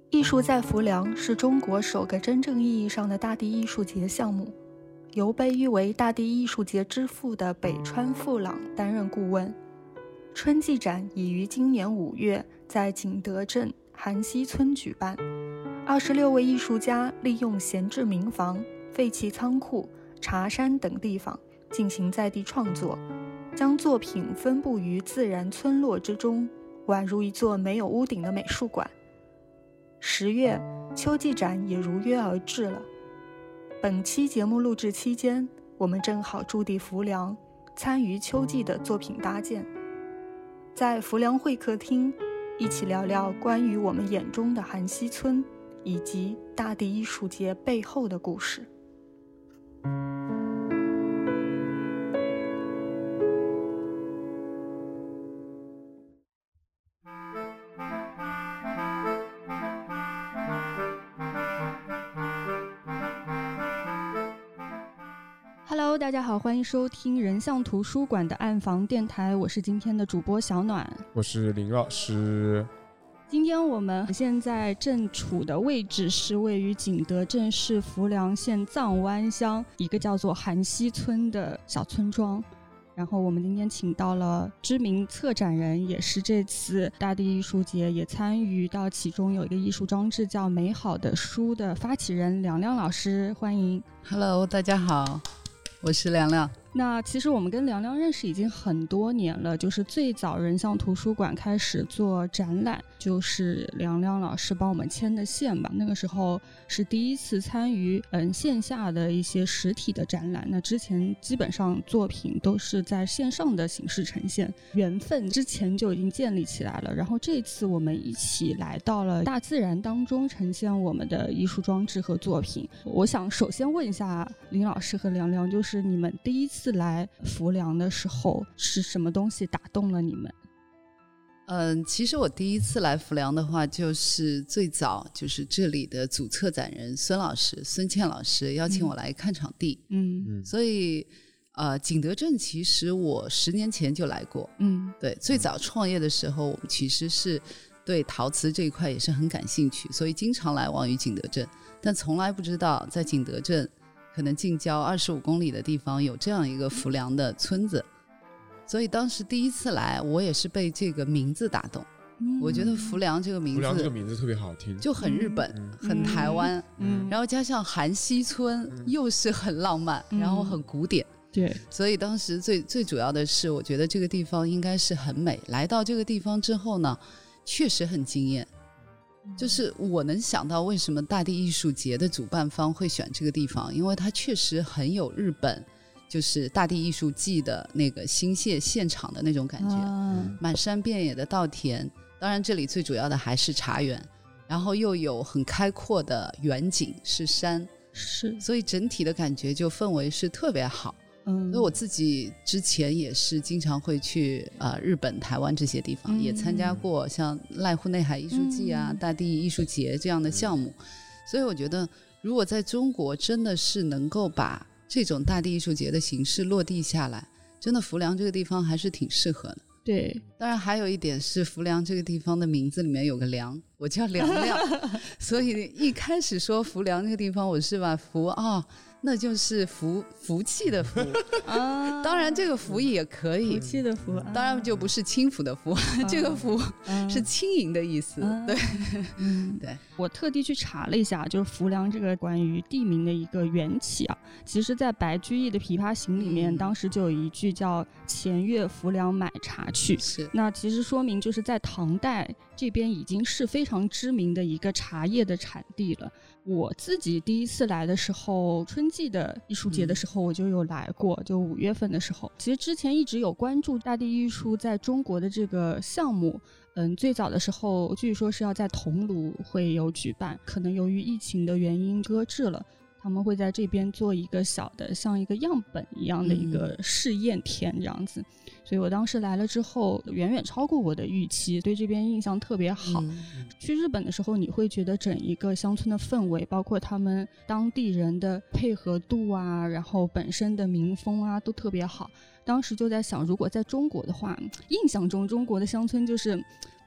艺术在浮梁是中国首个真正意义上的大地艺术节项目，由被誉为大地艺术节之父的北川富朗担任顾问。春季展已于今年5月在景德镇韩溪村举办。26位艺术家利用闲置民房、废弃仓库、茶山等地方进行在地创作，将作品分布于自然村落之中，宛如一座没有屋顶的美术馆。10月，秋季展也如约而至了。本期节目录制期间，我们正好驻地浮梁，参与秋季的作品搭建。在浮梁会客厅，一起聊聊关于我们眼中的韩溪村，以及大地艺术节背后的故事。Hello， 大家好，欢迎收听人象图书馆的暗房电台，我是今天的主播小暖， 我是林老师。 今天我们现在正处的位置是位于景德镇市浮梁县藏湾乡一个叫做韩溪村的小村庄。然后我们今天请到了知名策展人，也是这次大地艺术节也参与到其中有一个艺术装置叫美好的书的发起人梁亮老师，欢迎。 Hello， 大家好，我是梁亮。 那其实我们跟梁亮认识已经很多年了，就是最早人象图书馆开始做展览，就是梁亮老师帮我们牵的线吧。那个时候是第一次参与线下的一些实体的展览，那之前基本上作品都是在线上的形式呈现，缘分之前就已经建立起来了。然后这次我们一起来到了大自然当中呈现我们的艺术装置和作品。我想首先问一下林老师和梁亮，就是你们第一次来浮梁的时候是什么东西打动了你们？ 其实我第一次来浮梁的话，就是最早就是这里的主策展人孙倩老师邀请我来看场地。所以景德镇其实我10年前就来过。对，最早创业的时候我们其实是对陶瓷这一块也是很感兴趣，所以经常来往于景德镇，但从来不知道在景德镇可能近郊25公里的地方有这样一个浮梁的村子。所以当时第一次来，我也是被这个名字打动。我觉得浮梁这个名字特别好听， 就很日本，很台湾。然后加上韩溪村又是很浪漫，然后很古典。 对， 所以当时最主要的是我觉得这个地方应该是很美。来到这个地方之后呢，确实很惊艳。就是我能想到为什么大地艺术节的主办方会选这个地方，因为它确实很有日本就是大地艺术季的那个新泻现场的那种感觉。满山遍野的稻田，当然这里最主要的还是茶园，然后又有很开阔的远景是山，所以整体的感觉就氛围是特别好。所以我自己之前也是经常会去日本、台湾这些地方，也参加过像濑户内海艺术季啊、大地艺术节这样的项目。所以我觉得如果在中国真的是能够把这种大地艺术节的形式落地下来，真的浮梁这个地方还是挺适合的。 对， 当然还有一点是浮梁这个地方的名字里面有个梁，我叫梁亮所以一开始说浮梁这个地方，我是把福那就是福气的福当然这个福也可以， 福气的福当然就不是轻浮的福这个福是轻盈的意思。对对， 我特地去查了一下，就是浮梁这个关于地名的一个缘起啊，其实在白居易的《琵琶行》里面当时就有一句叫前月浮梁买茶去。 是， 那其实说明就是在唐代这边已经是非常知名的一个茶叶的产地了。我自己第一次来的时候，春季的艺术节的时候我就有来过，就5月份的时候。其实之前一直有关注大地艺术在中国的这个项目，最早的时候据说是要在桐庐会有举办，可能由于疫情的原因搁置了。他们会在这边做一个小的像一个样本一样的一个试验田这样子。所以我当时来了之后远远超过我的预期，对这边印象特别好。去日本的时候你会觉得整一个乡村的氛围，包括他们当地人的配合度啊，然后本身的民风啊都特别好。当时就在想，如果在中国的话，印象中中国的乡村就是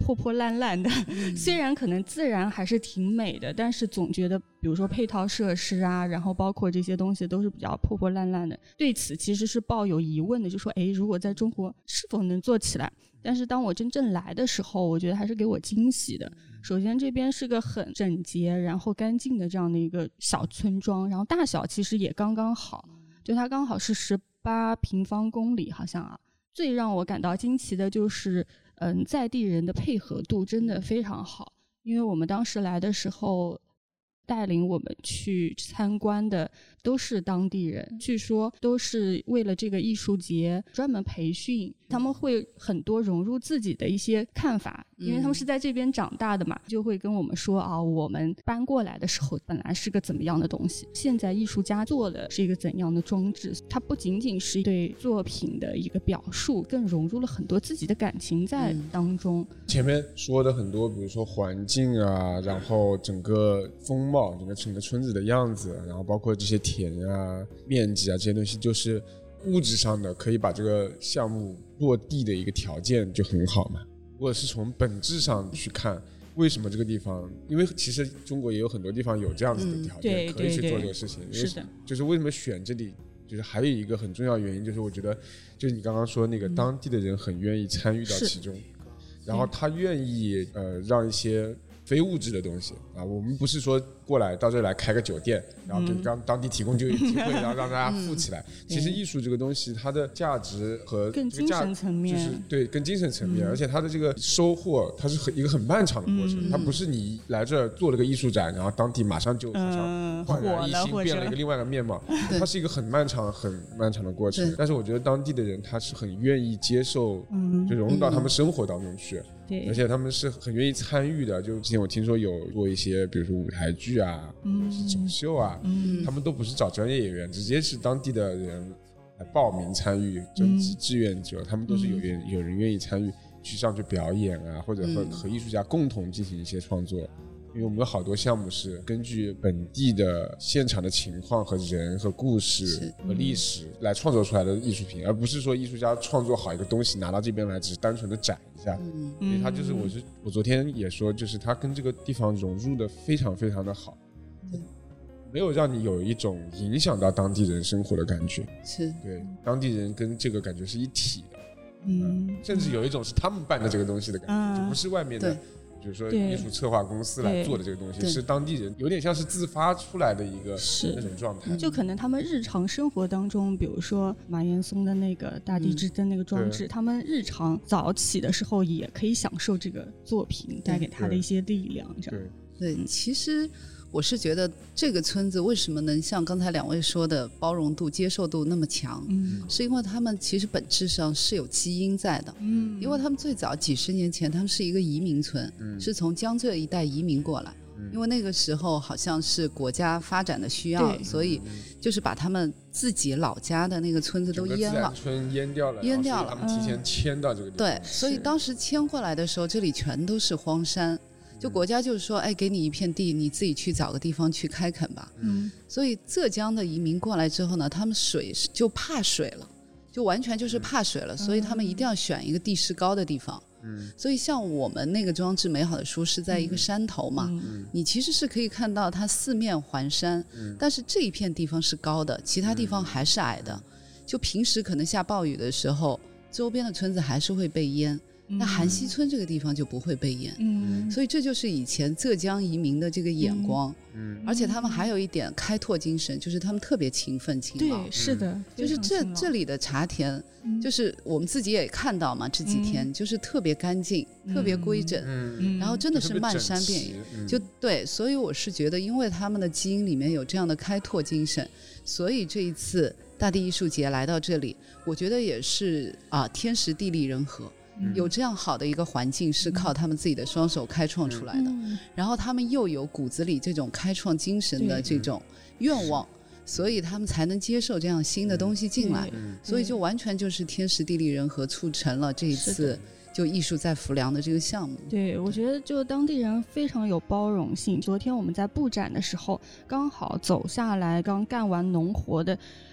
破破烂烂的，虽然可能自然还是挺美的，但是总觉得比如说配套设施啊，然后包括这些东西都是比较破破烂烂的，对此其实是抱有疑问的，就说如果在中国是否能做起来。但是当我真正来的时候，我觉得还是给我惊喜的。首先这边是个很整洁然后干净的这样的一个小村庄，然后大小其实也刚刚好，就它刚好是18平方公里好像啊。最让我感到惊奇的就是在地人的配合度真的非常好，因为我们当时来的时候带领我们去参观的都是当地人，据说都是为了这个艺术节专门培训，他们会很多融入自己的一些看法，因为他们是在这边长大的嘛，就会跟我们说啊，我们搬过来的时候本来是个怎么样的东西，现在艺术家做的是一个怎样的装置，它不仅仅是对作品的一个表述，更融入了很多自己的感情在当中。 前面说的很多，比如说环境啊，然后整个风貌，整个村子的样子，然后包括这些田啊、面积啊这些东西，就是物质上的可以把这个项目落地的一个条件就很好嘛。如果是从本质上去看，为什么这个地方，因为其实中国也有很多地方有这样子的条件可以去做这个事情， 是的， 就是为什么选这里，就是还有一个很重要原因，就是我觉得就是你刚刚说那个当地的人很愿意参与到其中，然后他愿意让一些非物质的东西啊，我们不是说过来到这里来开个酒店，然后给当地提供就业机会，然后让大家富起来。其实艺术这个东西，它的价值和更精神层面， 就是对更精神层面，而且它的这个收获，它是一个很漫长的过程。它不是你来这儿做了个艺术展，然后当地马上就好像焕然一新，变了一个另外一个面貌。它是一个很漫长的过程。但是我觉得当地的人他是很愿意接受，就融入到他们生活当中去。而且他们是很愿意参与的，就之前我听说有做一些，比如说舞台剧啊，走秀啊，他们都不是找专业演员，直接是当地的人来报名参与，征集志愿者，他们都是有人愿意参与去上去表演啊，或者和艺术家共同进行一些创作。因为我们有好多项目是根据本地的现场的情况和人和故事和历史来创作出来的艺术品，而不是说艺术家创作好一个东西拿到这边来只是单纯的展一下。所以他就是我昨天也说，就是他跟这个地方融入的非常非常的好，没有让你有一种影响到当地人生活的感觉。 是对当地人跟这个感觉是一体的，甚至有一种是他们办的这个东西的感觉，就不是外面的比如说艺术策划公司来做的这个东西，是当地人有点像是自发出来的一个那种状态。 就可能他们日常生活当中，比如说马岩松的那个大地之灯那个装置，他们日常早起的时候也可以享受这个作品带给他的一些力量。 对，其实我是觉得这个村子为什么能像刚才两位说的包容度接受度那么强，是因为他们其实本质上是有基因在的，因为他们最早几十年前他们是一个移民村，是从江浙一带移民过来，因为那个时候好像是国家发展的需要，所以就是把他们自己老家的那个村子都淹了， 村淹掉了，他们提前迁到这个地方。 对，所以当时迁过来的时候这里全都是荒山，就国家就是说，给你一片地，你自己去找个地方去开垦吧。所以浙江的移民过来之后呢，他们水就怕水了，就完全就是怕水了，所以他们一定要选一个地势高的地方。所以像我们那个装置美好的书是在一个山头嘛，你其实是可以看到它四面环山，但是这一片地方是高的，其他地方还是矮的。就平时可能下暴雨的时候，周边的村子还是会被淹。那韩溪村这个地方就不会被淹，所以这就是以前浙江移民的这个眼光，而且他们还有一点开拓精神，就是他们特别勤奋勤劳。 对，是的， 就是这里的茶田，就是我们自己也看到嘛，这几天就是特别干净，特别规整，然后真的是漫山遍野，就对，所以我是觉得，因为他们的基因里面有这样的开拓精神，所以这一次大地艺术节来到这里，我觉得也是天时地利人和。有这样好的一个环境是靠他们自己的双手开创出来的，然后他们又有骨子里这种开创精神的这种愿望，所以他们才能接受这样新的东西进来，所以就完全就是天时地利人和促成了这一次就艺术在浮梁的这个项目。 对，我觉得就当地人非常有包容性。昨天我们在布展的时候刚好走下来刚干完农活的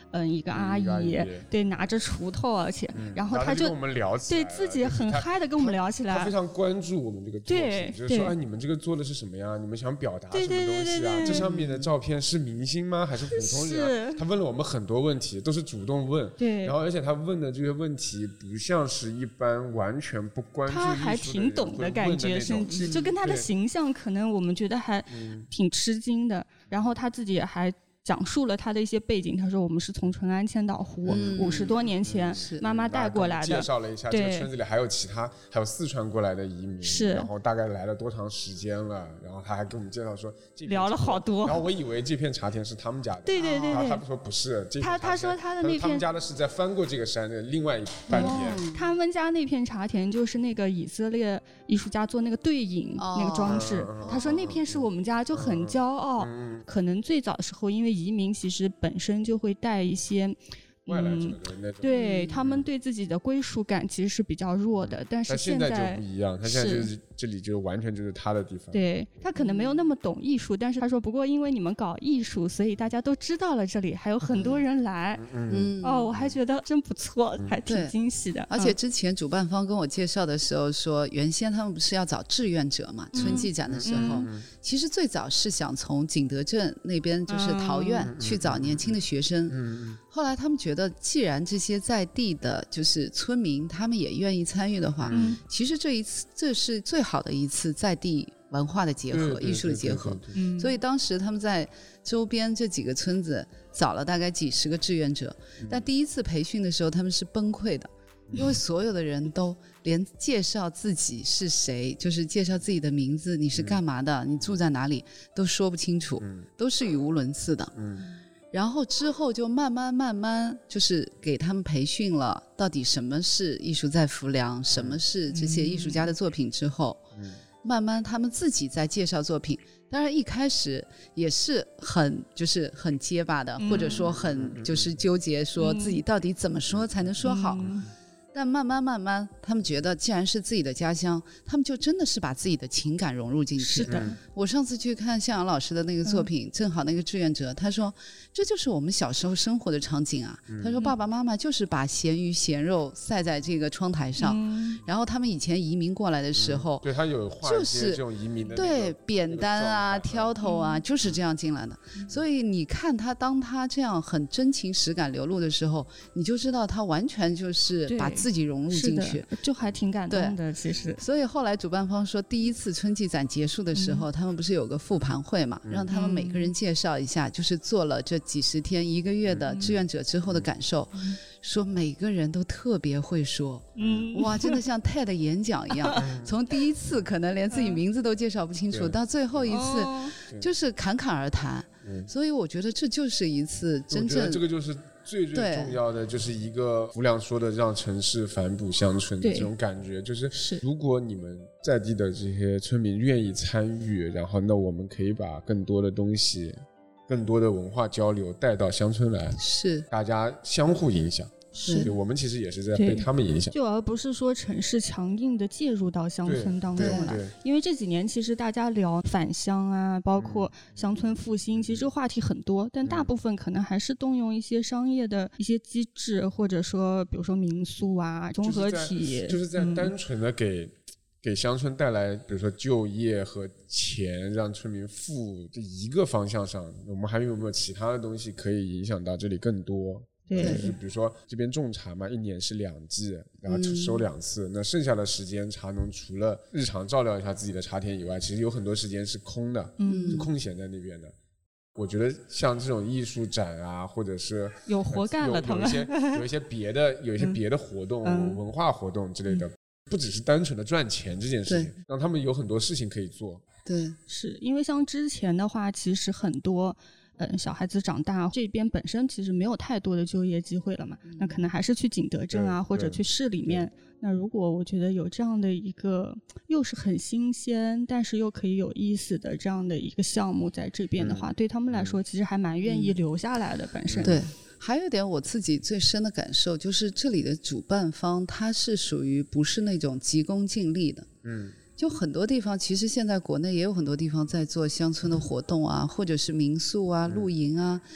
一个阿姨，对，拿着锄头，而且然后他就跟我们聊起来， 对自己很嗨的跟我们聊起来， 他非常关注我们这个作品，就是说你们这个做的是什么呀？你们想表达什么东西啊？这上面的照片是明星吗？还是普通人？他问了我们很多问题，都是主动问， 对， 然后而且他问的这些问题不像是一般完全不关注艺术的人， 他还挺懂的感觉，甚至就跟他的形象可能我们觉得还挺吃惊的。然后他自己也还讲述了他的一些背景，他说我们是从淳安千岛湖50多年前妈妈带过来的， 介绍了一下这个村子里还有还有四川过来的移民， 是， 然后大概来了多长时间了，然后他还给我们介绍说聊了好多， 然后我以为这片茶田是他们家的， 对， 他说不是， 他说他的那片他们家的是在翻过这个山的另外一半边， 他们家那片茶田就是那个以色列艺术家做那个对影那个装饰，他说那片是我们家，就很骄傲，可能最早的时候因为移民其实本身就会带一些外来者的那种， 对他们对自己的归属感其实是比较弱的，但是现在就不一样，他现在就是这里就完全就是他的地方。 对，他可能没有那么懂艺术，但是他说不过因为你们搞艺术，所以大家都知道了这里还有很多人来。我还觉得真不错，还挺惊喜的。 而且之前主办方跟我介绍的时候说，原先他们不是要找志愿者嘛，春季展的时候，其实最早是想从景德镇那边就是桃院去找年轻的学生，后来他们觉得既然这些在地的就是村民他们也愿意参与的话，其实这是最好的一次在地文化的结合，艺术的结合，所以当时他们在周边这几个村子找了大概几十个志愿者，但第一次培训的时候他们是崩溃的，因为所有的人都连介绍自己是谁，就是介绍自己的名字，你是干嘛的，你住在哪里都说不清楚，都是语无伦次的。然后之后就慢慢就是给他们培训了到底什么是艺术在浮梁，什么是这些艺术家的作品之后，慢慢他们自己在介绍作品，当然一开始也是很结巴的，或者说很就是纠结说自己到底怎么说才能说好，但慢慢他们觉得既然是自己的家乡，他们就真的是把自己的情感融入进去。 是的， 我上次去看向阳老师的那个作品，正好那个志愿者他说这就是我们小时候生活的场景啊，他说爸爸妈妈就是把咸鱼咸肉晒在这个窗台上，然后他们以前移民过来的时候， 对他有画一些这种移民的对扁担啊挑头啊，就是这样进来的，所以你看他当他这样很真情实感流露的时候，你就知道他完全就是把自己融入进去， 就还挺感动的其实。 所以后来主办方说第一次春季展结束的时候，他们不是有个复盘会嘛，让他们每个人介绍一下就是做了这几十天1个月的志愿者之后的感受，说每个人都特别会说，哇真的像 TED 演讲一样，从第一次可能连自己名字都介绍不清楚，到最后一次就是侃侃而谈，所以我觉得这就是一次真正， 这个就是最重要的，就是一个浮梁说的让城市反哺乡村的这种感觉，就是如果你们在地的这些村民愿意参与，然后那我们可以把更多的东西，更多的文化交流带到乡村来， 是大家相互影响。是我们其实也是在被他们影响， 就而不是说城市强硬的介入到乡村当中来。因为这几年其实大家聊返乡啊，包括乡村复兴，其实这个话题很多，但大部分可能还是动用一些商业的一些机制，或者说比如说民宿啊综合体， 就是在单纯的给乡村带来比如说就业和钱，让村民富这一个方向上，我们还有没有其他的东西可以影响到这里更多？就是比如说这边种茶嘛，1年是2季，然后收2次，那剩下的时间茶农除了日常照料一下自己的茶田以外，其实有很多时间是空的，是空闲在那边的。我觉得像这种艺术展啊，或者是有活干了，他们有一些别的活动，文化活动之类的，不只是单纯的赚钱这件事情，让他们有很多事情可以做。 对， 是因为像之前的话，其实很多小孩子长大这边本身其实没有太多的就业机会了嘛，那可能还是去景德镇啊，或者去市里面。那如果我觉得有这样的一个又是很新鲜但是又可以有意思的这样的一个项目在这边的话，对他们来说其实还蛮愿意留下来的本身。 对，还有一点我自己最深的感受就是这里的主办方他是属于不是那种急功近利的。就很多地方其实现在国内也有很多地方在做乡村的活动啊，或者是民宿啊露营啊，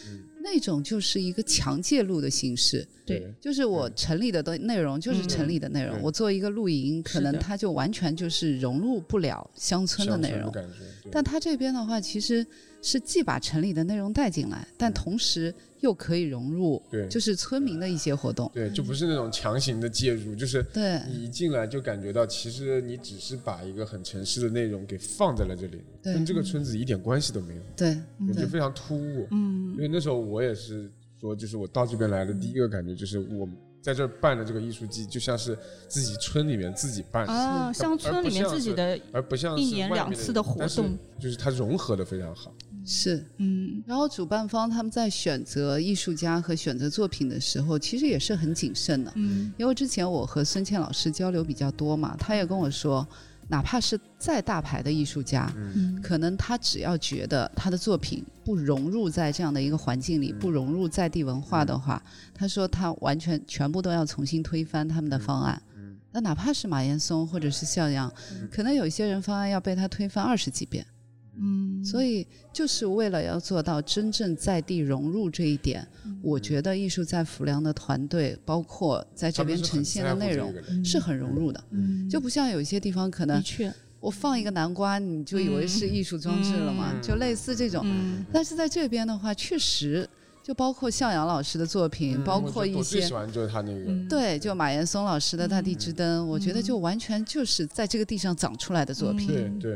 那种就是一个强介入的形式， 对， 就是我城里的内容就是城里的内容，我做一个露营，可能它就完全就是融入不了乡村的内容，但它这边的话其实是既把城里的内容带进来，但同时又可以融入就是村民的一些活动， 对，就不是那种强行的介入，就是对你一进来就感觉到其实你只是把一个很城市的内容给放在了这里，跟这个村子一点关系都没有， 对， 就非常突兀。因为那时候我也是说，就是我到这边来的第一个感觉就是我在这办的这个艺术季就像是自己村里面自己办啊，像村里面自己的， 而不像 1年2次的活动， 就是它融合的非常好。 是，然后主办方他们在选择艺术家和选择作品的时候，其实也是很谨慎的。因为之前我和孙倩老师交流比较多嘛，他也跟我说，哪怕是再大牌的艺术家，可能他只要觉得他的作品不融入在这样的一个环境里，不融入在地文化的话，他说他完全全部都要重新推翻他们的方案。那哪怕是马岩松或者是向阳，可能有一些人方案要被他推翻20几遍。所以就是为了要做到真正在地融入这一点，我觉得艺术在浮梁的团队包括在这边呈现的内容是很融入的，就不像有一些地方可能我放一个南瓜你就以为是艺术装置了嘛，就类似这种，但是在这边的话确实就包括向阳老师的作品，包括一些我最喜欢就是他那个对，就马岩松老师的大地之灯，我觉得就完全就是在这个地上长出来的作品。 对。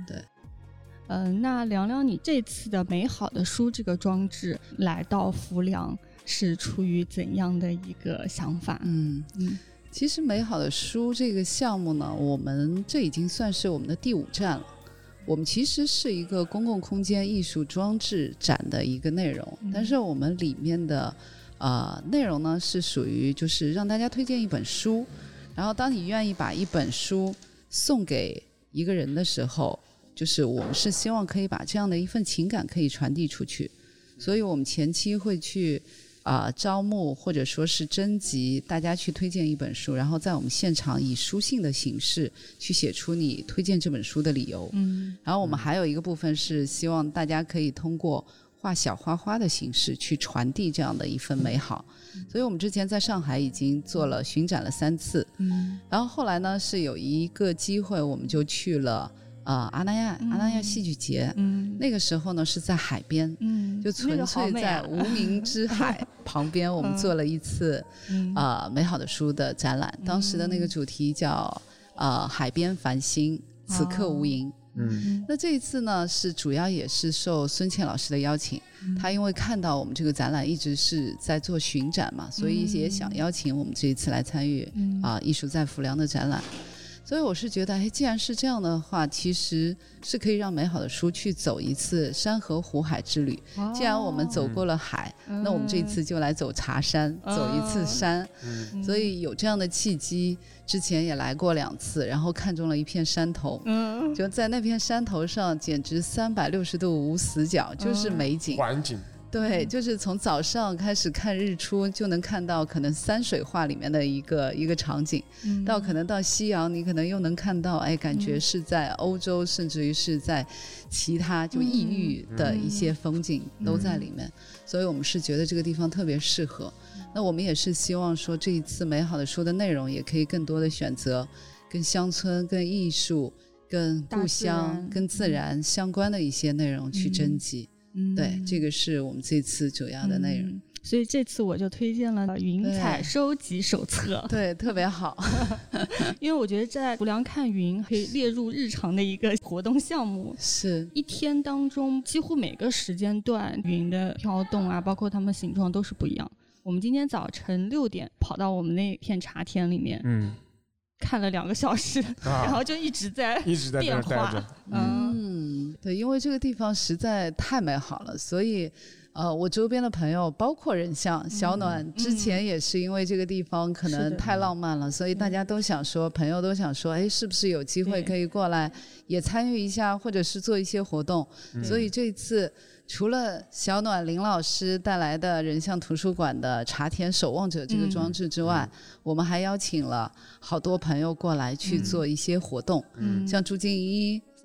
那聊聊你这次的美好的书这个装置来到浮梁是出于怎样的一个想法？ 其实美好的书这个项目呢，我们这已经算是我们的第5站了。我们其实是一个公共空间艺术装置展的一个内容，但是我们里面的内容呢是属于就是让大家推荐一本书，然后当你愿意把一本书送给一个人的时候，就是我们是希望可以把这样的一份情感可以传递出去，所以我们前期会去招募或者说是征集大家去推荐一本书，然后在我们现场以书信的形式去写出你推荐这本书的理由。然后我们还有一个部分是希望大家可以通过画小花花的形式去传递这样的一份美好，所以我们之前在上海已经做了巡展了3次，然后后来呢是有一个机会我们就去了阿那亚戏剧节，那个时候呢是在海边，就纯粹在无名之海旁边，我们做了一次美好的书的展览，当时的那个主题叫海边繁星，此刻无垠。那这一次呢是主要也是受孙倩老师的邀请，他因为看到我们这个展览一直是在做巡展嘛，所以也想邀请我们这一次来参与艺术在浮梁的展览。所以我是觉得既然是这样的话，其实是可以让美好的书去走一次山河湖海之旅。既然我们走过了海，那我们这一次就来走茶山，走一次山。所以有这样的契机，之前也来过2次，然后看中了一片山头，就在那片山头上简直360度无死角，就是美景环境。 对，就是从早上开始看日出就能看到可能山水画里面的一个场景，到可能到夕阳你可能又能看到感觉是在欧洲，甚至于是在其他就异域的一些风景都在里面，所以我们是觉得这个地方特别适合。那我们也是希望说这一次美好的书的内容也可以更多的选择跟乡村跟艺术跟故乡跟自然相关的一些内容去征集。对，这个是我们这次主要的内容。 所以这次我就推荐了云彩收集手册。 对，特别好。 因为我觉得在浮梁看云可以列入日常的一个活动项目， 是一天当中几乎每个时间段云的飘动包括它们形状都是不一样。我们今天早晨6点跑到我们那片茶田里面，看了2个小时，然后就一直在变化。对，因为这个地方实在太美好了，所以我周边的朋友包括人像小暖之前也是因为这个地方可能太浪漫了，所以大家都想说，朋友都想说是不是有机会可以过来也参与一下，或者是做一些活动。所以这一次除了小暖林老师带来的人像图书馆的茶田守望者这个装置之外，我们还邀请了好多朋友过来去做一些活动，像朱静一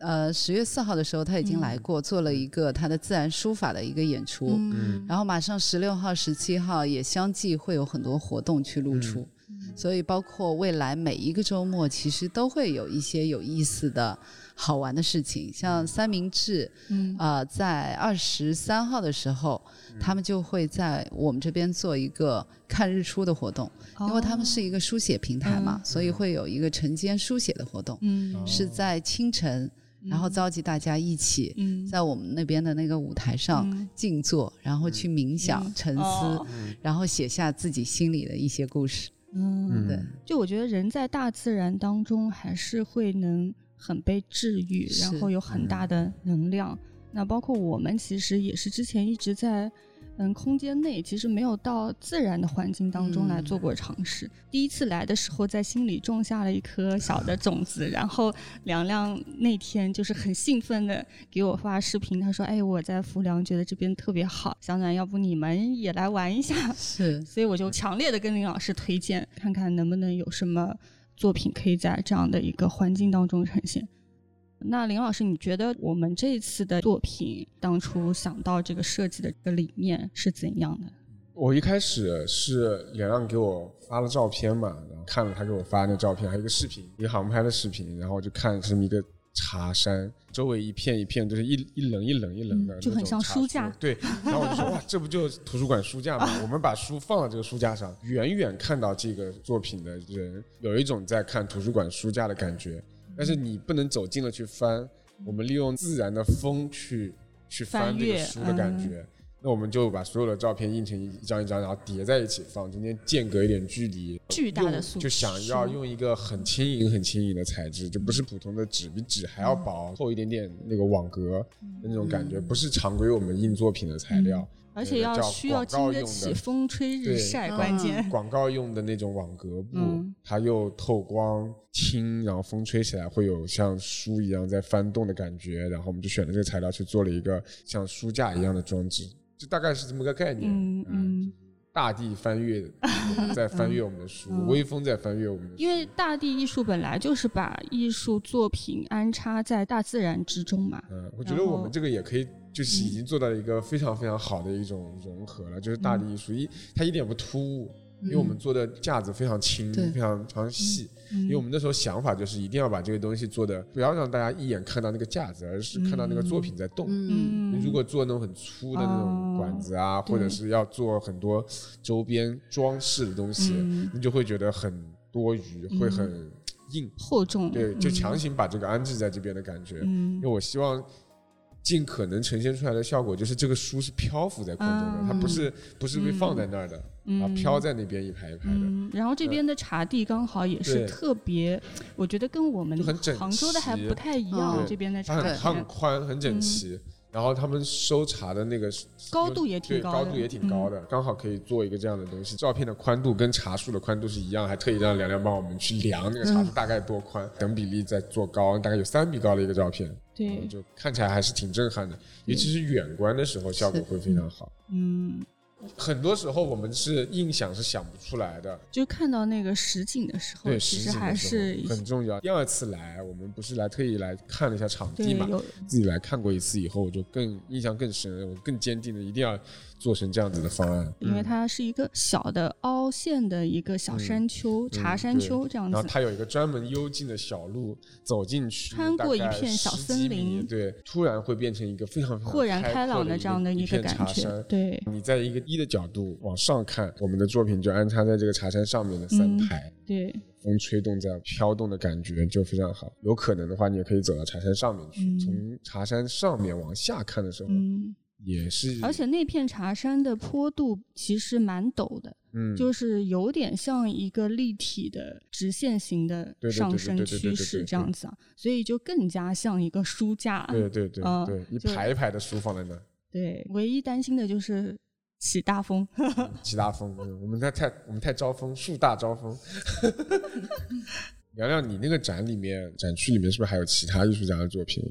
10月4号的时候他已经来过，做了一个他的自然书法的一个演出，然后马上16号17号也相继会有很多活动去露出，所以包括未来每一个周末其实都会有一些有意思的好玩的事情，像三明治在23号的时候他们就会在我们这边做一个看日出的活动，因为他们是一个书写平台嘛，所以会有一个晨间书写的活动，是在清晨，然后召集大家一起在我们那边的那个舞台上静坐，然后去冥想沉思，然后写下自己心里的一些故事。对， 就我觉得人在大自然当中还是会能很被治愈，然后有很大的能量。那包括我们其实也是之前一直在空间内，其实没有到自然的环境当中来做过尝试。第一次来的时候在心里种下了一颗小的种子，然后梁亮那天就是很兴奋的给我发视频，他说我在浮梁觉得这边特别好，小暖要不你们也来玩一下。 是， 所以我就强烈的跟林老师推荐，看看能不能有什么作品可以在这样的一个环境当中呈现。那林老师，你觉得我们这次的作品当初想到这个设计的这个理念是怎样的？ 我一开始是梁亮给我发了照片嘛，然后看了他给我发那照片，还有一个视频，一个航拍的视频，然后我就看是一个茶山，周围一片一片都是一棱一棱一棱的， 就很像书架。 对，然后我就说哇，这不就是图书馆书架吗？我们把书放到这个书架上，远远看到这个作品的人有一种在看图书馆书架的感觉。但是你不能走近了去翻，我们利用自然的风去翻这个书的感觉，那我们就把所有的照片印成一张一张，然后叠在一起放，中间间隔一点距离， 巨大的素， 就想要用一个很轻盈很轻盈的材质，就不是普通的纸，比纸还要薄，厚一点点那个网格的那种感觉，不是常规我们印作品的材料。 而且需要经得起风吹日晒，关键广告用的那种网格布，它又透光轻，然后风吹起来会有像书一样在翻动的感觉，然后我们就选了这个材料去做了一个像书架一样的装置，就大概是这么个概念。大地翻阅在翻阅我们的书，微风在翻阅我们的书。 因为大地艺术本来就是把艺术作品安插在大自然之中嘛。 我觉得我们这个也可以，就是已经做到了一个非常非常好的一种融合了，就是大地艺术它一点不突兀，因为我们做的架子非常轻，非常细。因为我们那时候想法就是一定要把这个东西做的不要让大家一眼看到那个架子，而是看到那个作品在动。如果做那种很粗的那种管子啊，或者是要做很多周边装饰的东西，你就会觉得很多余，会很硬厚重。 对，就强行把这个安置在这边的感觉。因为我希望尽可能呈现出来的效果就是这个书是漂浮在空中的，它不是被放在那儿的，它飘在那边一排一排的。 然后这边的茶地刚好也是特别，我觉得跟我们杭州的还不太一样。这边的茶地它很宽很整齐，然后他们收茶的那个高度也挺高的， 高度也挺高的，刚好可以做一个这样的东西。照片的宽度跟茶树的宽度是一样，还特意让梁亮帮我们去量那个茶树大概多宽，等比例再做高，大概有3米高的一个照片。 对， 就看起来还是挺震撼的，尤其是远观的时候效果会非常好。很多时候我们是印象是想不出来的， 就看到那个实景的时候， 对， 其实还是很重要。第2次来，我们不是特意来看了一下场地嘛，自己来看过一次以后，我就更印象更深，我更坚定的一定要做成这样子的方案。 因为它是一个小的凹陷的一个小山丘，茶山丘这样子， 然后它有一个专门幽静的小路，走进去穿过一片小森林， 对，突然会变成一个非常非常豁然开朗的这样的一个感觉。对， 你在一个1的角度往上看，我们的作品就安插在这个茶山上面的3排， 对， 风吹动在飘动的感觉就非常好。有可能的话，你也可以走到茶山上面去，从茶山上面往下看的时候，也是。 而且那片茶山的坡度其实蛮陡的，就是有点像一个立体的直线型的上升趋势这样子啊，所以就更加像一个书架。 对，一排一排的书放在那。对， 唯一担心的就是起大风。 起大风，我们太招风，树大招风。梁亮，你那个展区里面是不是还有其他艺术家的作品？我记得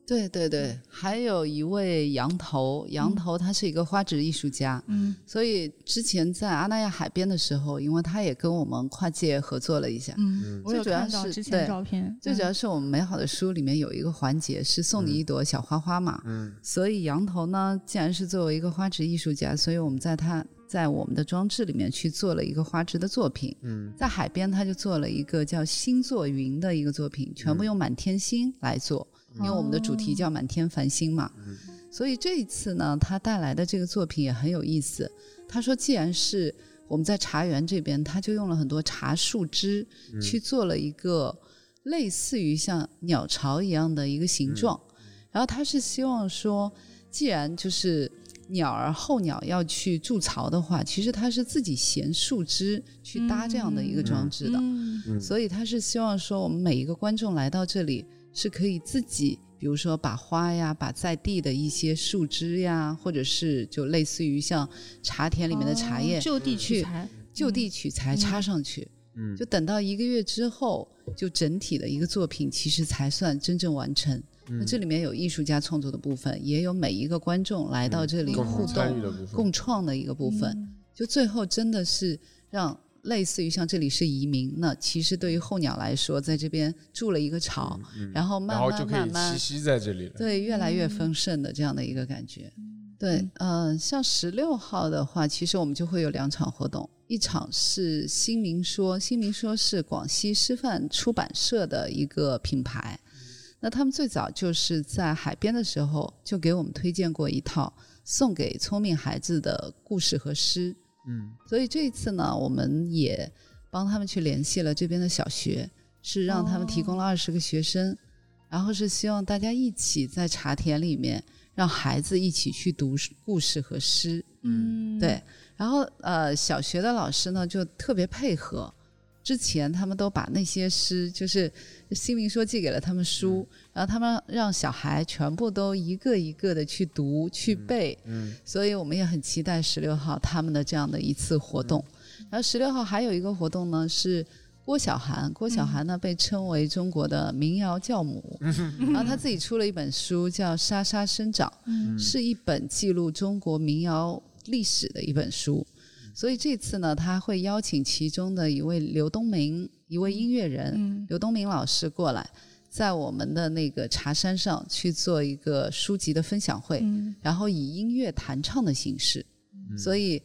对对对，还有一位羊头他是一个花纸艺术家，所以之前在阿那亚海边的时候，因为他也跟我们跨界合作了一下， 我有看到之前照片， 最主要是我们美好的书里面有一个环节是送你一朵小花花嘛，所以羊头呢，既然是作为一个花纸艺术家，所以我们在我们的装置里面去做了一个花纸的作品，在海边他就做了一个叫星座云的一个作品，全部用满天星来做，因为我们的主题叫满天繁星嘛，所以这一次呢，他带来的这个作品也很有意思。他说，既然是我们在茶园这边，他就用了很多茶树枝去做了一个类似于像鸟巢一样的一个形状，然后他是希望说，既然就是候鸟要去筑巢的话，其实它是自己衔树枝去搭这样的一个装置的，所以他是希望说我们每一个观众来到这里是可以自己比如说把花呀，把在地的一些树枝呀，或者是就类似于像茶田里面的茶叶， 就地取材插上去，就等到1个月之后，就整体的一个作品其实才算真正完成。那这里面有艺术家创作的部分，也有每一个观众来到这里互动共创的一个部分，就最后真的是让类似于像这里是移民，那其实对于候鸟来说在这边筑了一个巢，然后慢慢就可以栖息在这里了， 对，越来越丰盛的这样的一个感觉。对，像16号的话，其实我们就会有2场活动，一场是新民说是广西师范出版社的一个品牌，那他们最早就是在海边的时候就给我们推荐过一套送给聪明孩子的故事和诗，所以这一次呢，我们也帮他们去联系了这边的小学，是让他们提供了20个学生，然后是希望大家一起在茶田里面让孩子一起去读故事和诗，对，然后小学的老师呢就特别配合，之前他们都把那些诗，就是新民说寄给了他们书，然后他们让小孩全部都一个一个的去读去背，所以我们也很期待16号他们的这样的一次活动。然后16号还有一个活动呢是郭晓涵呢被称为中国的民谣教母，然后他自己出了一本书叫《沙沙生长》，是一本记录中国民谣历史的一本书。所以这次呢，他会邀请其中的一位刘东明，一位音乐人，刘东明老师过来，在我们的那个茶山上去做一个书籍的分享会，然后以音乐弹唱的形式，所以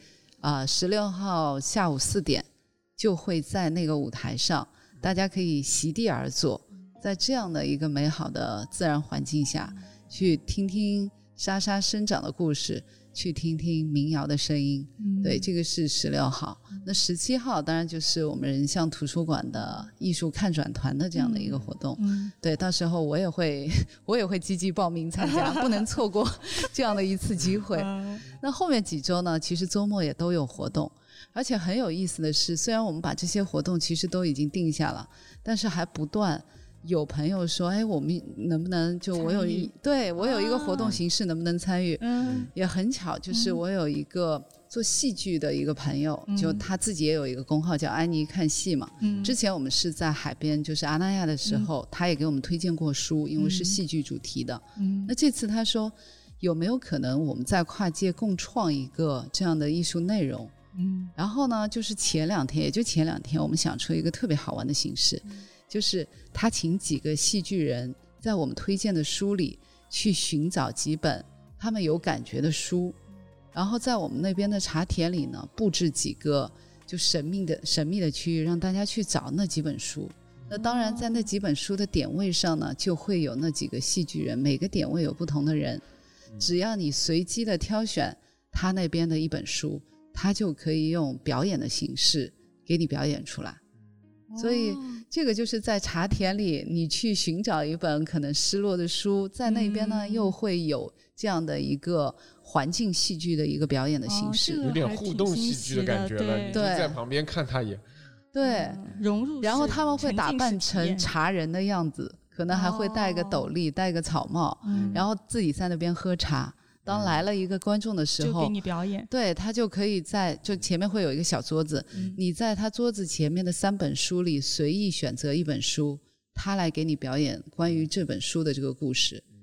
16号下午4点就会在那个舞台上，大家可以席地而坐，在这样的一个美好的自然环境下，去听听沙沙生长的故事，去听听民谣的声音，对，这个是16号。那17号当然就是我们人像图书馆的艺术看转团的这样的一个活动，对，到时候我也会积极报名参加，不能错过这样的一次机会。那后面几周呢，其实周末也都有活动，而且很有意思的是，虽然我们把这些活动其实都已经定下了，但是还不断有朋友说，哎，我们能不能就我有一个活动形式能不能参与，也很巧，就是我有一个做戏剧的一个朋友，就他自己也有一个公号叫安妮看戏嘛，之前我们是在海边就是阿那亚的时候，他也给我们推荐过书，因为是戏剧主题的，那这次他说有没有可能我们在跨界共创一个这样的艺术内容，然后呢就是前两天我们想出一个特别好玩的形式，就是他请几个戏剧人在我们推荐的书里去寻找几本他们有感觉的书，然后在我们那边的茶田里呢布置几个就神秘的区域，让大家去找那几本书。那当然在那几本书的点位上呢，就会有那几个戏剧人，每个点位有不同的人，只要你随机的挑选他那边的一本书，他就可以用表演的形式给你表演出来。所以这个就是在茶田里你去寻找一本可能失落的书，在那边呢又会有这样的一个环境戏剧的一个表演的形式， 有点互动戏剧的感觉了，你就在旁边看他也对融入， 然后他们会打扮成茶人的样子，可能还会戴个斗笠，戴个草帽，然后自己在那边喝茶，当来了一个观众的时候， 就给你表演， 对，他就可以就前面会有一个小桌子，你在他桌子前面的3本书里随意选择一本书，他来给你表演关于这本书的这个故事，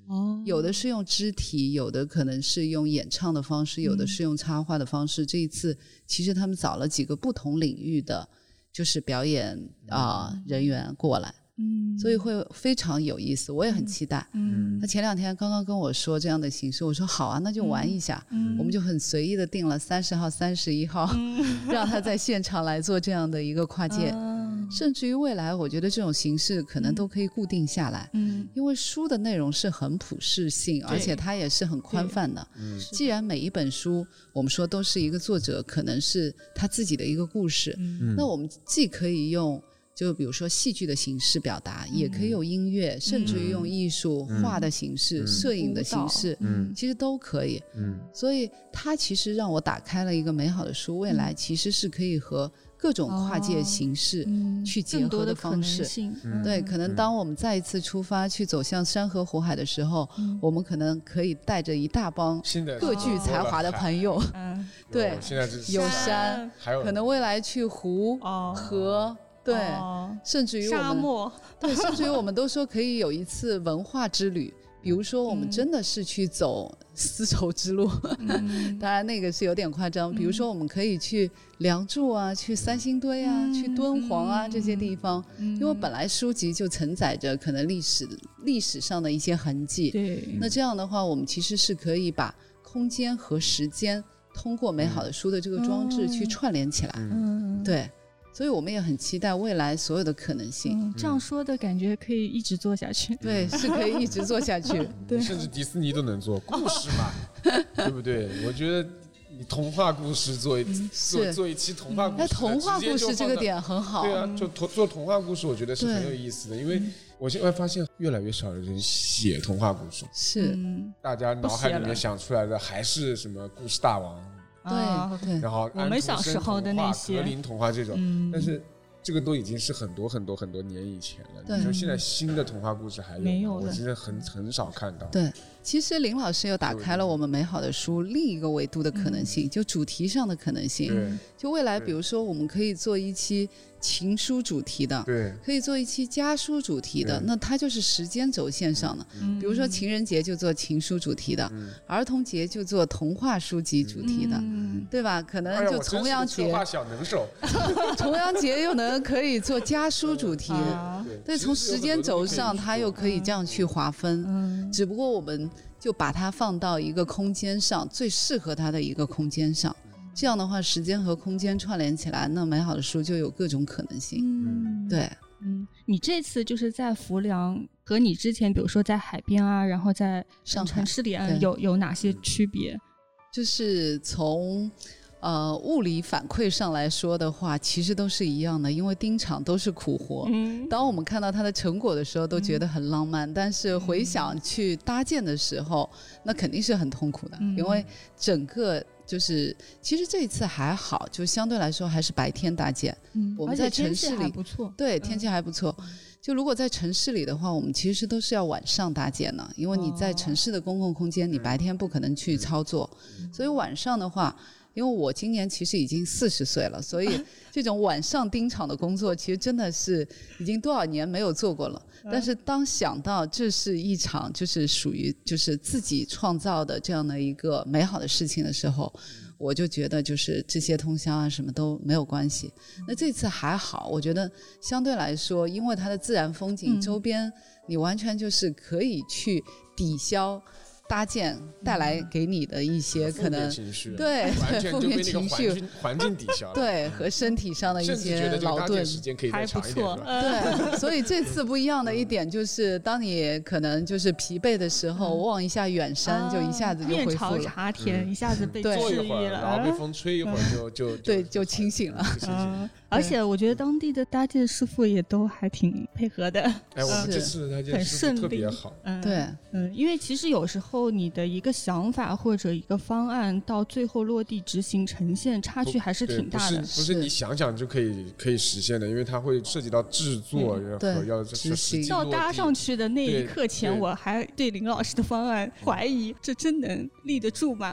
有的是用肢体，有的可能是用演唱的方式，有的是用插画的方式。这一次其实他们找了几个不同领域的就是表演人员过来，所以会非常有意思，我也很期待。他前2天刚刚跟我说这样的形式，我说好啊，那就玩一下。我们就很随意的定了30号、31号，让他在现场来做这样的一个跨界。甚至于未来我觉得这种形式可能都可以固定下来，因为书的内容是很普适性，而且它也是很宽泛的。既然每一本书我们说都是一个作者可能是他自己的一个故事，那我们既可以用就比如说戏剧的形式表达，也可以用音乐，甚至于用艺术画的形式、摄影的形式，其实都可以。所以它其实让我打开了一个美好的书，未来其实是可以和各种跨界形式去结合的方式。对，可能当我们再一次出发去走向山河湖海的时候，我们可能可以带着一大帮各具才华的朋友，对，有山，可能未来去湖、河。对，甚至于我们沙漠， 对，甚至于我们都说可以有一次文化之旅，比如说我们真的是去走丝绸之路，当然那个是有点夸张。比如说我们可以去梁祝啊，去三星堆啊，去敦煌啊这些地方，因为本来书籍就承载着可能历史上的一些痕迹。 对， 那这样的话，我们其实是可以把空间和时间通过美好的书的这个装置去串联起来。对。所以我们也很期待未来所有的可能性。 这样说的感觉可以一直做下去。 对，是可以一直做下去。 对， 甚至迪士尼都能做故事嘛，对不对？我觉得你童话故事做一期童话故事， 童话故事这个点很好。 对啊，就做童话故事，我觉得是很有意思的，因为我现在发现越来越少的人写童话故事， 是大家脑海里面想出来的还是什么故事大王。 对， 然后我们小时候的那些格林童话这种，但是这个都已经是很多年以前了。你说现在新的童话故事还有没有？ 我真的很少看到。 对，其实林老师又打开了我们美好的书另一个维度的可能性，就主题上的可能性。就未来比如说我们可以做一期情书主题的， 对， 可以做一期家书主题的，那它就是时间轴线上的。比如说情人节就做情书主题的，儿童节就做童话书籍主题的，对吧？可能就重阳节， 小能手， 重阳节又可以做家书主题。对，从时间轴上它又可以这样去划分，只不过我们就把它放到一个空间上，最适合它的一个空间上。这样的话，时间和空间串联起来，那美好的书就有各种可能性。对， 你这次就是在浮梁和你之前，比如说在海边啊，然后在城市里啊，有哪些区别？ 就是从物理反馈上来说的话，其实都是一样的，因为盯场都是苦活。当我们看到它的成果的时候，都觉得很浪漫，但是回想去搭建的时候，那肯定是很痛苦的，因为整个。就是其实这一次还好，就相对来说还是白天搭建。我们在城市里， 天气还不错。 对，天气还不错。就如果在城市里的话，我们其实都是要晚上搭建的，因为你在城市的公共空间，你白天不可能去操作，所以晚上的话。因为我今年其实已经40岁了，所以这种晚上盯场的工作其实真的是已经多少年没有做过了。但是当想到这是一场就是属于就是自己创造的这样的一个美好的事情的时候，我就觉得就是这些通宵啊什么都没有关系。那这次还好，我觉得相对来说，因为它的自然风景周边，你完全就是可以去抵消搭建带来给你的一些可能对负面情绪环境抵消， 对和身体上的一些劳顿还不错。 对，所以这次不一样的一点就是，当你可能就是疲惫的时候，望一下远山，就一下子就恢复了。 面朝茶田，一下子被治愈了， 然后被风吹一会儿就对，就清醒了。 而且我觉得当地的搭建师傅也都还挺配合的。 哎，我们这次的搭建师傅特别好。 对， 因为其实有时候你的一个想法或者一个方案到最后落地执行呈现，差距还是挺大的。 不是你想想就可以实现的，因为它会涉及到制作和要执行。 到搭上去的那一刻前，我还对林老师的方案怀疑，这真能立得住吗？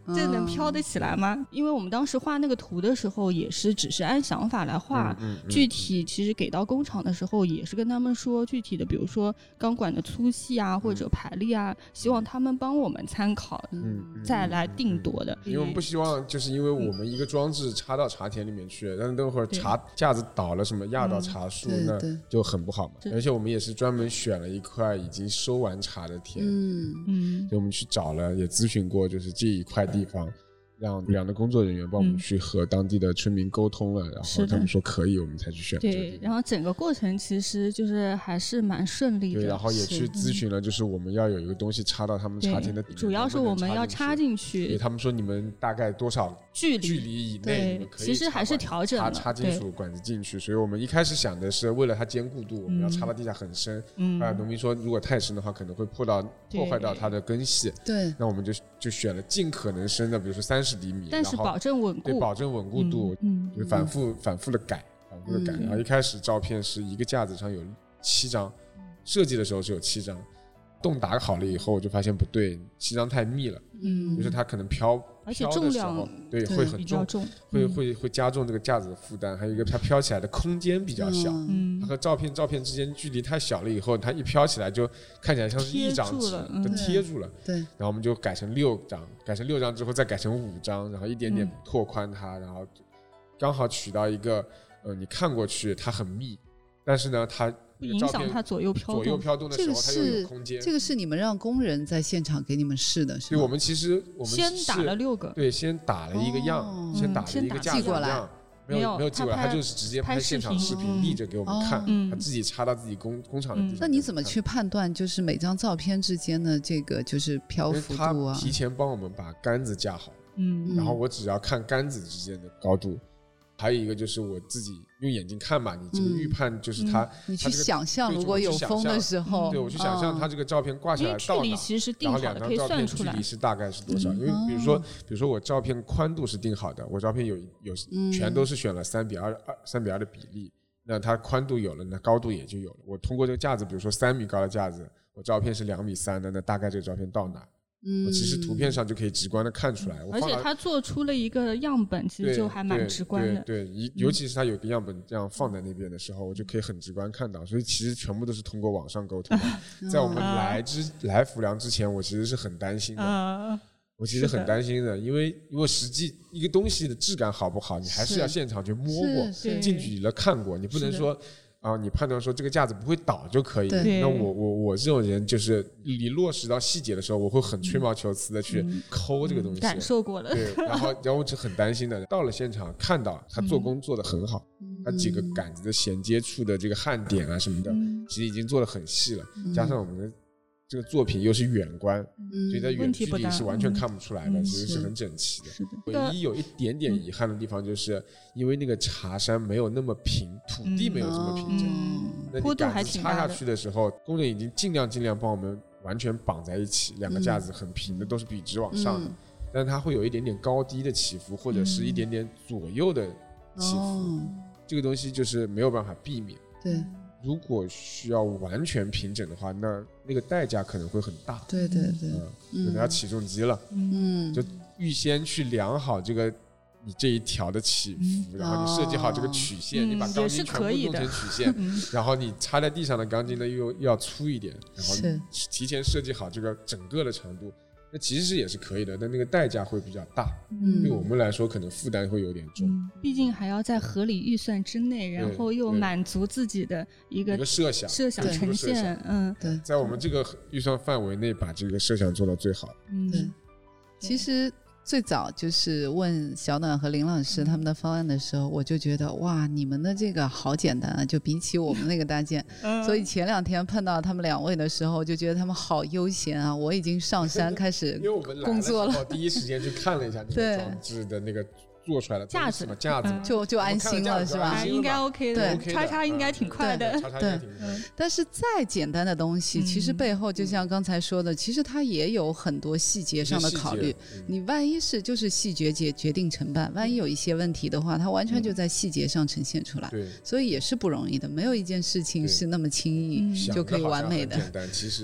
这能飘得起来吗？因为我们当时画那个图的时候也是只是按想法来画，具体其实给到工厂的时候也是跟他们说具体的，比如说钢管的粗细啊或者排列啊，希望他们帮我们参考，再来定夺的。 因为我们不希望就是因为我们一个装置插到茶田里面去，但是等会儿茶架子倒了什么压到茶树，那就很不好嘛。而且我们也是专门选了一块已经收完茶的田，所以我们去找了，也咨询过，就是这一块地方让不良的工作人员帮我们去和当地的村民沟通了，然后他们说可以，我们才去选。 对，然后整个过程其实就是还是蛮顺利的。 对，然后也去咨询了，就是我们要有一个东西插到他们茶田的底面， 主要是我们要插进去。 对，他们说你们大概多少距离以内，你们可以其实还是调整了插金属管子进去。所以我们一开始想的是为了它坚固度，我们要插到地下很深。农民说如果太深的话，可能会破坏到它的根系。 对， 那我们就选了尽可能深的，比如说30厘米， 但是保证稳固， 对，保证稳固度，就反复的改，然后一开始照片是一个架子上有7张，设计的时候是有7张，洞打好了以后我就发现不对，7张太密了，就是它可能飘， 而且重量对会很重，会加重这个架子的负担，还有一个它飘起来的空间比较小，它和照片之间距离太小了以后，它一飘起来就看起来像是一张纸，就贴住了。 对， 然后我们就改成6张之后再改成5张，然后一点点拓宽它，然后刚好取到一个你看过去它很密，但是呢它不影响它左右飘动的时候它又有空间。 这个是你们让工人在现场给你们试的，是吗？ 对，我们先打了6个， 对，先打了一个样，先打了一个架子样，没有寄过来，他就是直接拍现场视频立着给我们看，他自己插到自己工厂的地方。 那你怎么去判断就是每张照片之间的这个就是漂浮度啊？ 他提前帮我们把杆子架好，然后我只要看杆子之间的高度。还有一个就是我自己用眼睛看嘛，你这个预判就是它， 你去想象如果有风的时候， 对，我去想象它这个照片挂下来到哪，然后2张照片距离是大概是多少？因为比如说我照片宽度是定好的，我照片有全都是选了3:2的比例，那它宽度有了，那高度也就有了。我通过这个架子，比如说3米高的架子，我照片是2.3米的，那大概这个照片到哪？我其实图片上就可以直观的看出来， 而且他做出了一个样本，其实就还蛮直观的。 对，尤其是他有个样本这样放在那边的时候，我就可以很直观看到。所以其实全部都是通过网上沟通的。在我们来浮梁之前，我其实是很担心的。我其实很担心的，因为实际一个东西的质感好不好，你还是要现场去摸过，近距离的看过，你不能说。你判断说这个架子不会倒就可以。那我这种人就是你落实到细节的时候，我会很吹毛求疵的去抠这个东西。 感受过了。 对，然后我就很担心的，到了现场看到他做工做得很好，他几个杆子的衔接处的这个焊点啊什么的，其实已经做得很细了，加上我们的这个作品又是远观，所以在远距离是完全看不出来的，其实是很整齐的。唯一有一点点遗憾的地方，就是因为那个茶山没有那么平，土地没有这么平整，那你杆子插下去的时候，工人已经尽量帮我们完全绑在一起，2个架子很平的，都是笔直往上的，但是它会有一点点高低的起伏，或者是一点点左右的起伏，这个东西就是没有办法避免。 对。 如果需要完全平整的话，那个代价可能会很大。 对，可能要起重机了。就预先去量好这个你这一条的起伏，然后你设计好这个曲线，你把钢筋全部弄成曲线，然后你插在地上的钢筋呢又要粗一点，然后提前设计好这个整个的长度。那其实也是可以的，但那个代价会比较大，对我们来说可能负担会有点重。 毕竟还要在合理预算之内，然后又满足自己的一个设想呈现。 对， 在我们这个预算范围内把这个设想做到最好。 对，其实最早就是问小暖和林老师他们的方案的时候，我就觉得哇，你们的这个好简单啊，就比起我们那个搭建。所以前2天碰到他们2位的时候，就觉得他们好悠闲啊。我已经上山开始工作了， 因为我们来的时候第一时间去看了一下那个装置的那个做出来的架子就安心了是吧？ 应该 OK 的，叉应该挺快的。 对，但是再简单的东西，其实背后就像刚才说的，其实它也有很多细节上的考虑。你万一是就是细节决定成败，万一有一些问题的话，它完全就在细节上呈现出来。所以也是不容易的，没有一件事情是那么轻易就可以完美的。 简单，其实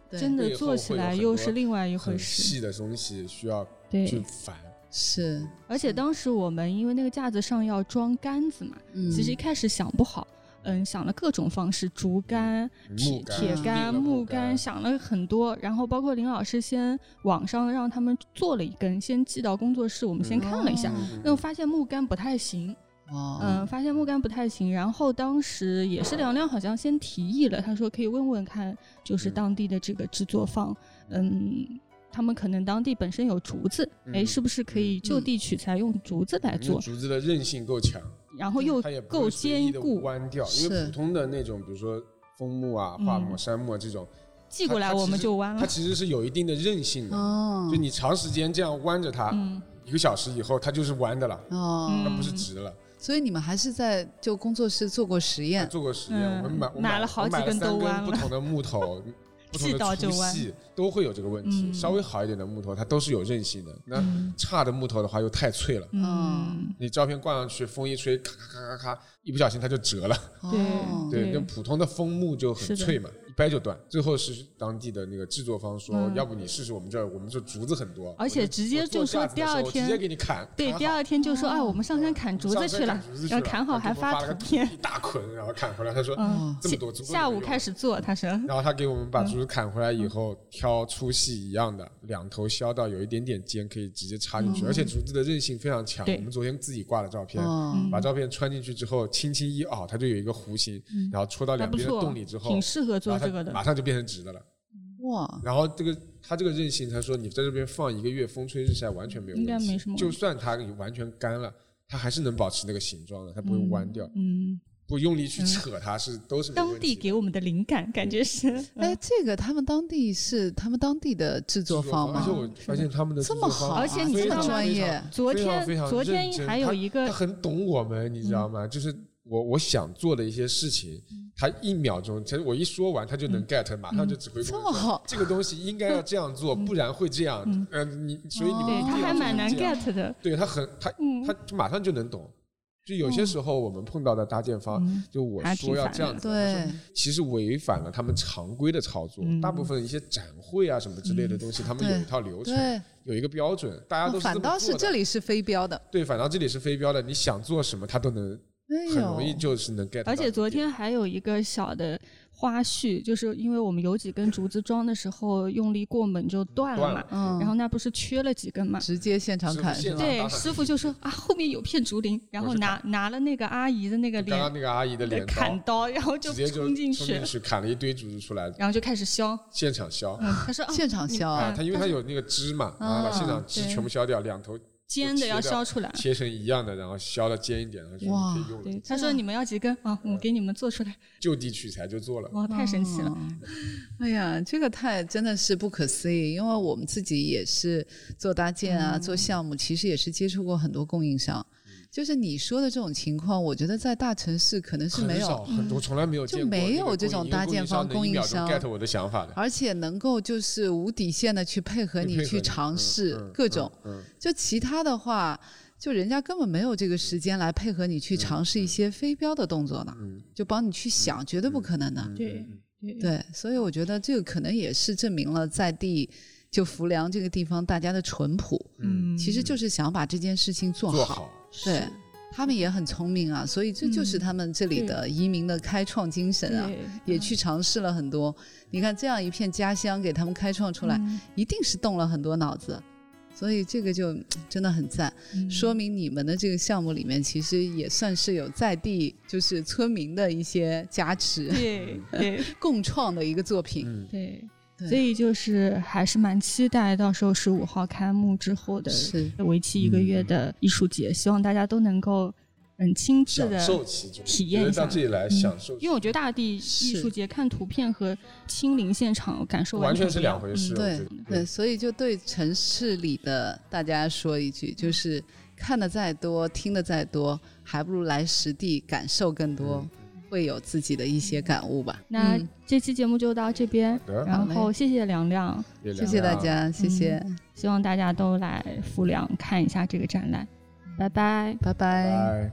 真的做起来又是另外一回事， 很细的东西需要去烦。 是， 而且当时我们因为那个架子上要装杆子嘛，其实一开始想不好，想了各种方式，竹竿、铁杆、木杆，想了很多。然后包括林老师先网上让他们做了一根，先寄到工作室，我们先看了一下，那我发现木杆不太行。发现木杆不太行，然后当时也是梁亮好像先提议了，他说可以问问看，就是当地的这个制作方，他们可能当地本身有竹子，是不是可以就地取材用竹子来做？ 竹子的韧性够强， 然后又够坚固， 弯掉。因为普通的那种，比如说枫木啊、桦木、杉木这种， 寄过来我们就弯了。 它其实是有一定的韧性的，就你长时间这样弯着它，1个小时以后它就是弯的了，它不是直的了。 所以你们还是在就工作室做过实验？ 做过实验，我们买了好几根都弯了， 不同的木头。不同的粗细都会有这个问题，稍微好一点的木头它都是有韧性的，那差的木头的话又太脆了，你照片挂上去，风一吹，咔咔咔咔咔，一不小心它就折了。对，跟普通的枫木就很脆嘛，一掰就断。最后是当地的那个制作方说，要不你试试我们这儿，我们这竹子很多， 而且直接就说第二天直接给你砍。 对，第二天就说我们上山砍竹子去了，然后砍好还发图片， 一大捆，然后砍回来，他说这么多， 下午开始做，他说， 然后他给我们把竹子砍回来以后，挑粗细一样的，2头削到有一点点尖，可以直接插进去，而且竹子的韧性非常强。我们昨天自己挂了照片，把照片穿进去之后，轻轻一拗，它就有一个弧形，然后戳到两边的洞里之后， 挺适合做这个的， 马上就变成直的了。哇！然后它这个韧性，他说你在这边放1个月，风吹日晒完全没有问题， 应该没什么问题。 就算它完全干了，它还是能保持那个形状的，它不会弯掉。不用力去扯它都是没问题的。 当地给我们的灵感感觉是， 这个他们当地是他们当地的制作方吗？ 而且我发现他们的制作方这么好， 而且你知道专业。 昨天还有一个， 他很懂我们，你知道吗？就是我想做的一些事情，他1秒钟，其实我一说完他就能 get，马上就指挥这么好， 这个东西应该要这样做，不然会这样。所以你对他还蛮难 get 的。 对他马上就能懂。就有些时候我们碰到的搭建方，就我说要这样子， 对， 其实违反了他们常规的操作。大部分一些展会啊什么之类的东西，他们有一套流程，有一个标准，大家都是这么做的。 反倒是这里是非标的， 对，反倒这里是非标的，你想做什么，他都能很容易就是能 get 到。 而且昨天还有一个小的花絮，就是因为我们有几根竹子装的时候用力过猛就断了嘛，然后那不是缺了几根嘛， 直接现场砍。 对，师傅就说后面有片竹林，然后拿了那个阿姨的那个刚刚那个阿姨的镰砍刀，然后就冲进去砍了一堆竹子出来， 然后就开始削， 现场削。 他说现场削啊， 他因为他有那个枝嘛，然后把现场枝全部削掉，2头尖的要削出来， 切成一样的，然后削的尖一点，然后就可以用了。 对，他说你们要几根啊？我给你们做出来， 就地取材就做了。 哇，太神奇了！ 哎呀，这个真的是不可思议，因为我们自己也是做搭建啊，做项目，其实也是接触过很多供应商。就是你说的这种情况，我觉得在大城市可能是没有， 我从来没有见过， 就没有这种搭建方供应商 get 我的想法的， 而且能够就是无底线的去配合你去尝试各种，就其他的话，就人家根本没有这个时间来配合你去尝试一些非标的动作呢，就帮你去想，绝对不可能的。对，所以我觉得这个可能也是证明了在地。就浮梁这个地方大家的淳朴，其实就是想把这件事情做好。对，他们也很聪明啊，所以这就是他们这里的移民的开创精神啊，也去尝试了很多。你看这样一片家乡给他们开创出来，一定是动了很多脑子，所以这个就真的很赞，说明你们的这个项目里面其实也算是有在地就是村民的一些加持， 对共创的一个作品。 对，所以就是还是蛮期待到时候15号开幕之后的为期1个月的艺术节，希望大家都能够亲自的体验一下， 到这里来享受。 因为我觉得大地艺术节看图片和亲临现场感受完全是2回事。 对，所以就对城市里的大家说一句，就是看的再多，听的再多，还不如来实地感受更多。会有自己的一些感悟吧。 那这期节目就到这边，然后谢谢梁亮， 谢谢大家，谢谢。 希望大家都来浮梁看一下这个展览，拜拜， 拜拜。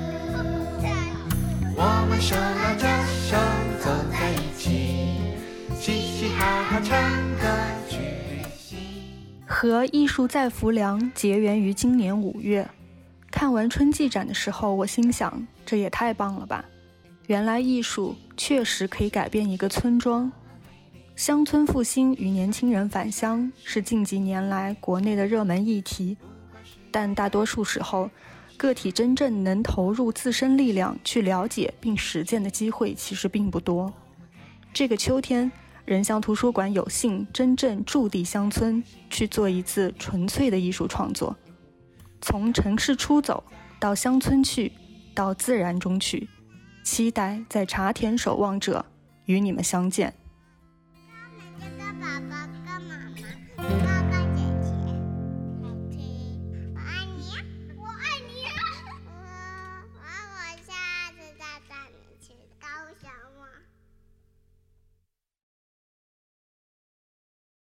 我们手拉着手走在一起， 嘻嘻哈哈唱歌去旅行。和艺术再浮梁结缘于今年5月，看完春季展的时候，我心想，这也太棒了吧！原来艺术确实可以改变一个村庄。乡村复兴与年轻人返乡是近几年来国内的热门议题，但大多数时候，个体真正能投入自身力量去了解并实践的机会其实并不多。这个秋天，人乡图书馆有幸真正驻地乡村，去做一次纯粹的艺术创作。从城市出走，到乡村去，到自然中去，期待在茶田守望者与你们相见。